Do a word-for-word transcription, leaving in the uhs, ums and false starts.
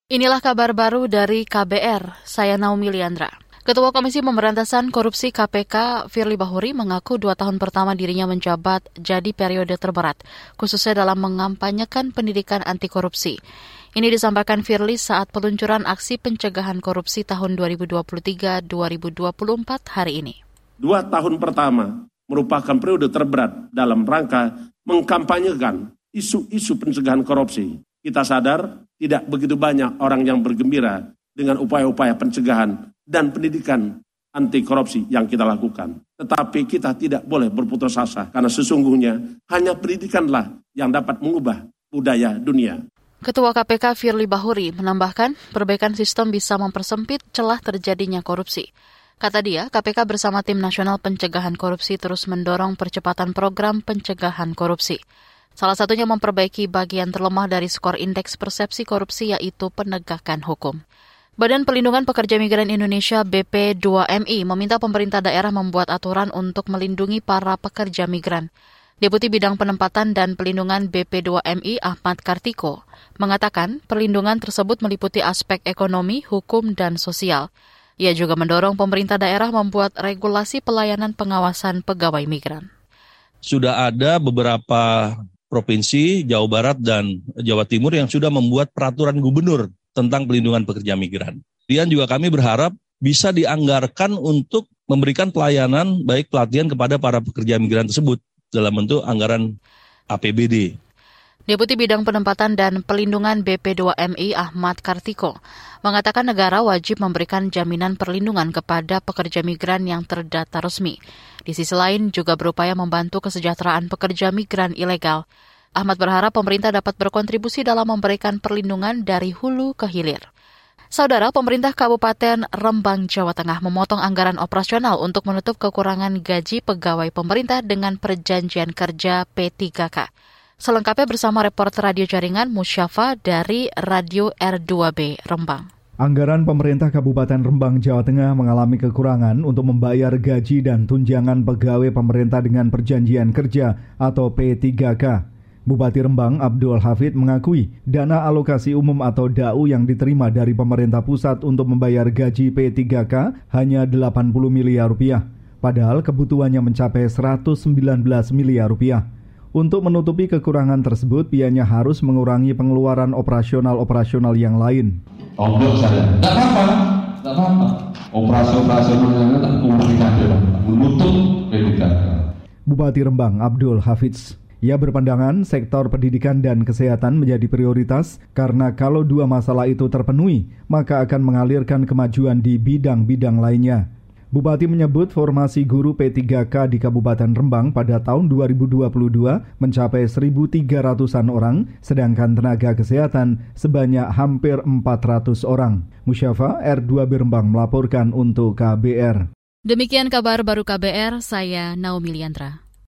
Inilah kabar baru dari K B R, saya Naomi Liandra. Ketua Komisi Pemberantasan Korupsi K P K, Firly Bahuri, mengaku dua tahun pertama dirinya menjabat jadi periode terberat, khususnya dalam mengampanyekan pendidikan anti korupsi. Ini disampaikan Firly saat peluncuran aksi pencegahan korupsi tahun dua ribu dua puluh tiga dua ribu dua puluh empat hari ini. Dua tahun pertama merupakan periode terberat dalam rangka mengkampanyekan isu-isu pencegahan korupsi. Kita sadar tidak begitu banyak orang yang bergembira dengan upaya-upaya pencegahan dan pendidikan anti korupsi yang kita lakukan. Tetapi kita tidak boleh berputus asa karena sesungguhnya hanya pendidikanlah yang dapat mengubah budaya dunia. Ketua K P K Firly Bahuri menambahkan perbaikan sistem bisa mempersempit celah terjadinya korupsi. Kata dia, K P K bersama Tim Nasional Pencegahan Korupsi terus mendorong percepatan program pencegahan korupsi. Salah satunya memperbaiki bagian terlemah dari skor indeks persepsi korupsi, yaitu penegakan hukum. Badan Pelindungan Pekerja Migran Indonesia B P dua M I meminta pemerintah daerah membuat aturan untuk melindungi para pekerja migran. Deputi Bidang Penempatan dan Pelindungan B P dua M I Ahmad Kartiko mengatakan perlindungan tersebut meliputi aspek ekonomi, hukum, dan sosial. Ia juga mendorong pemerintah daerah membuat regulasi pelayanan pengawasan pegawai migran. Sudah ada beberapa provinsi, Jawa Barat dan Jawa Timur yang sudah membuat peraturan gubernur tentang pelindungan pekerja migran. Kemudian juga kami berharap bisa dianggarkan untuk memberikan pelayanan baik pelatihan kepada para pekerja migran tersebut dalam bentuk anggaran A P B D. Deputi Bidang Penempatan dan Pelindungan B P dua M I Ahmad Kartiko mengatakan negara wajib memberikan jaminan perlindungan kepada pekerja migran yang terdata resmi. Di sisi lain juga berupaya membantu kesejahteraan pekerja migran ilegal. Ahmad berharap pemerintah dapat berkontribusi dalam memberikan perlindungan dari hulu ke hilir. Saudara, pemerintah Kabupaten Rembang, Jawa Tengah memotong anggaran operasional untuk menutup kekurangan gaji pegawai pemerintah dengan perjanjian kerja P tiga K. Selengkapnya bersama reporter radio jaringan Musyafa dari Radio R dua B Rembang. Anggaran pemerintah Kabupaten Rembang, Jawa Tengah mengalami kekurangan untuk membayar gaji dan tunjangan pegawai pemerintah dengan perjanjian kerja atau P tiga K. Bupati Rembang Abdul Hafid mengakui dana alokasi umum atau D A U yang diterima dari pemerintah pusat untuk membayar gaji P tiga K hanya delapan puluh miliar rupiah, padahal kebutuhannya mencapai seratus sembilan belas miliar rupiah. Untuk menutupi kekurangan tersebut, pihaknya harus mengurangi pengeluaran operasional-operasional yang lain. Tonggok saya, tidak apa-apa, tidak apa-apa. Operasi-operasional yang lain tak memberikan doang, menutup P tiga K. Bupati Rembang Abdul Hafiz. Ia berpandangan sektor pendidikan dan kesehatan menjadi prioritas karena kalau dua masalah itu terpenuhi, maka akan mengalirkan kemajuan di bidang-bidang lainnya. Bupati menyebut formasi guru P tiga K di Kabupaten Rembang pada tahun dua ribu dua puluh dua mencapai seribu tiga ratusan orang, sedangkan tenaga kesehatan sebanyak hampir empat ratus orang. Musyafa R dua B Rembang melaporkan untuk K B R. Demikian kabar baru K B R, saya Naomi Liandra.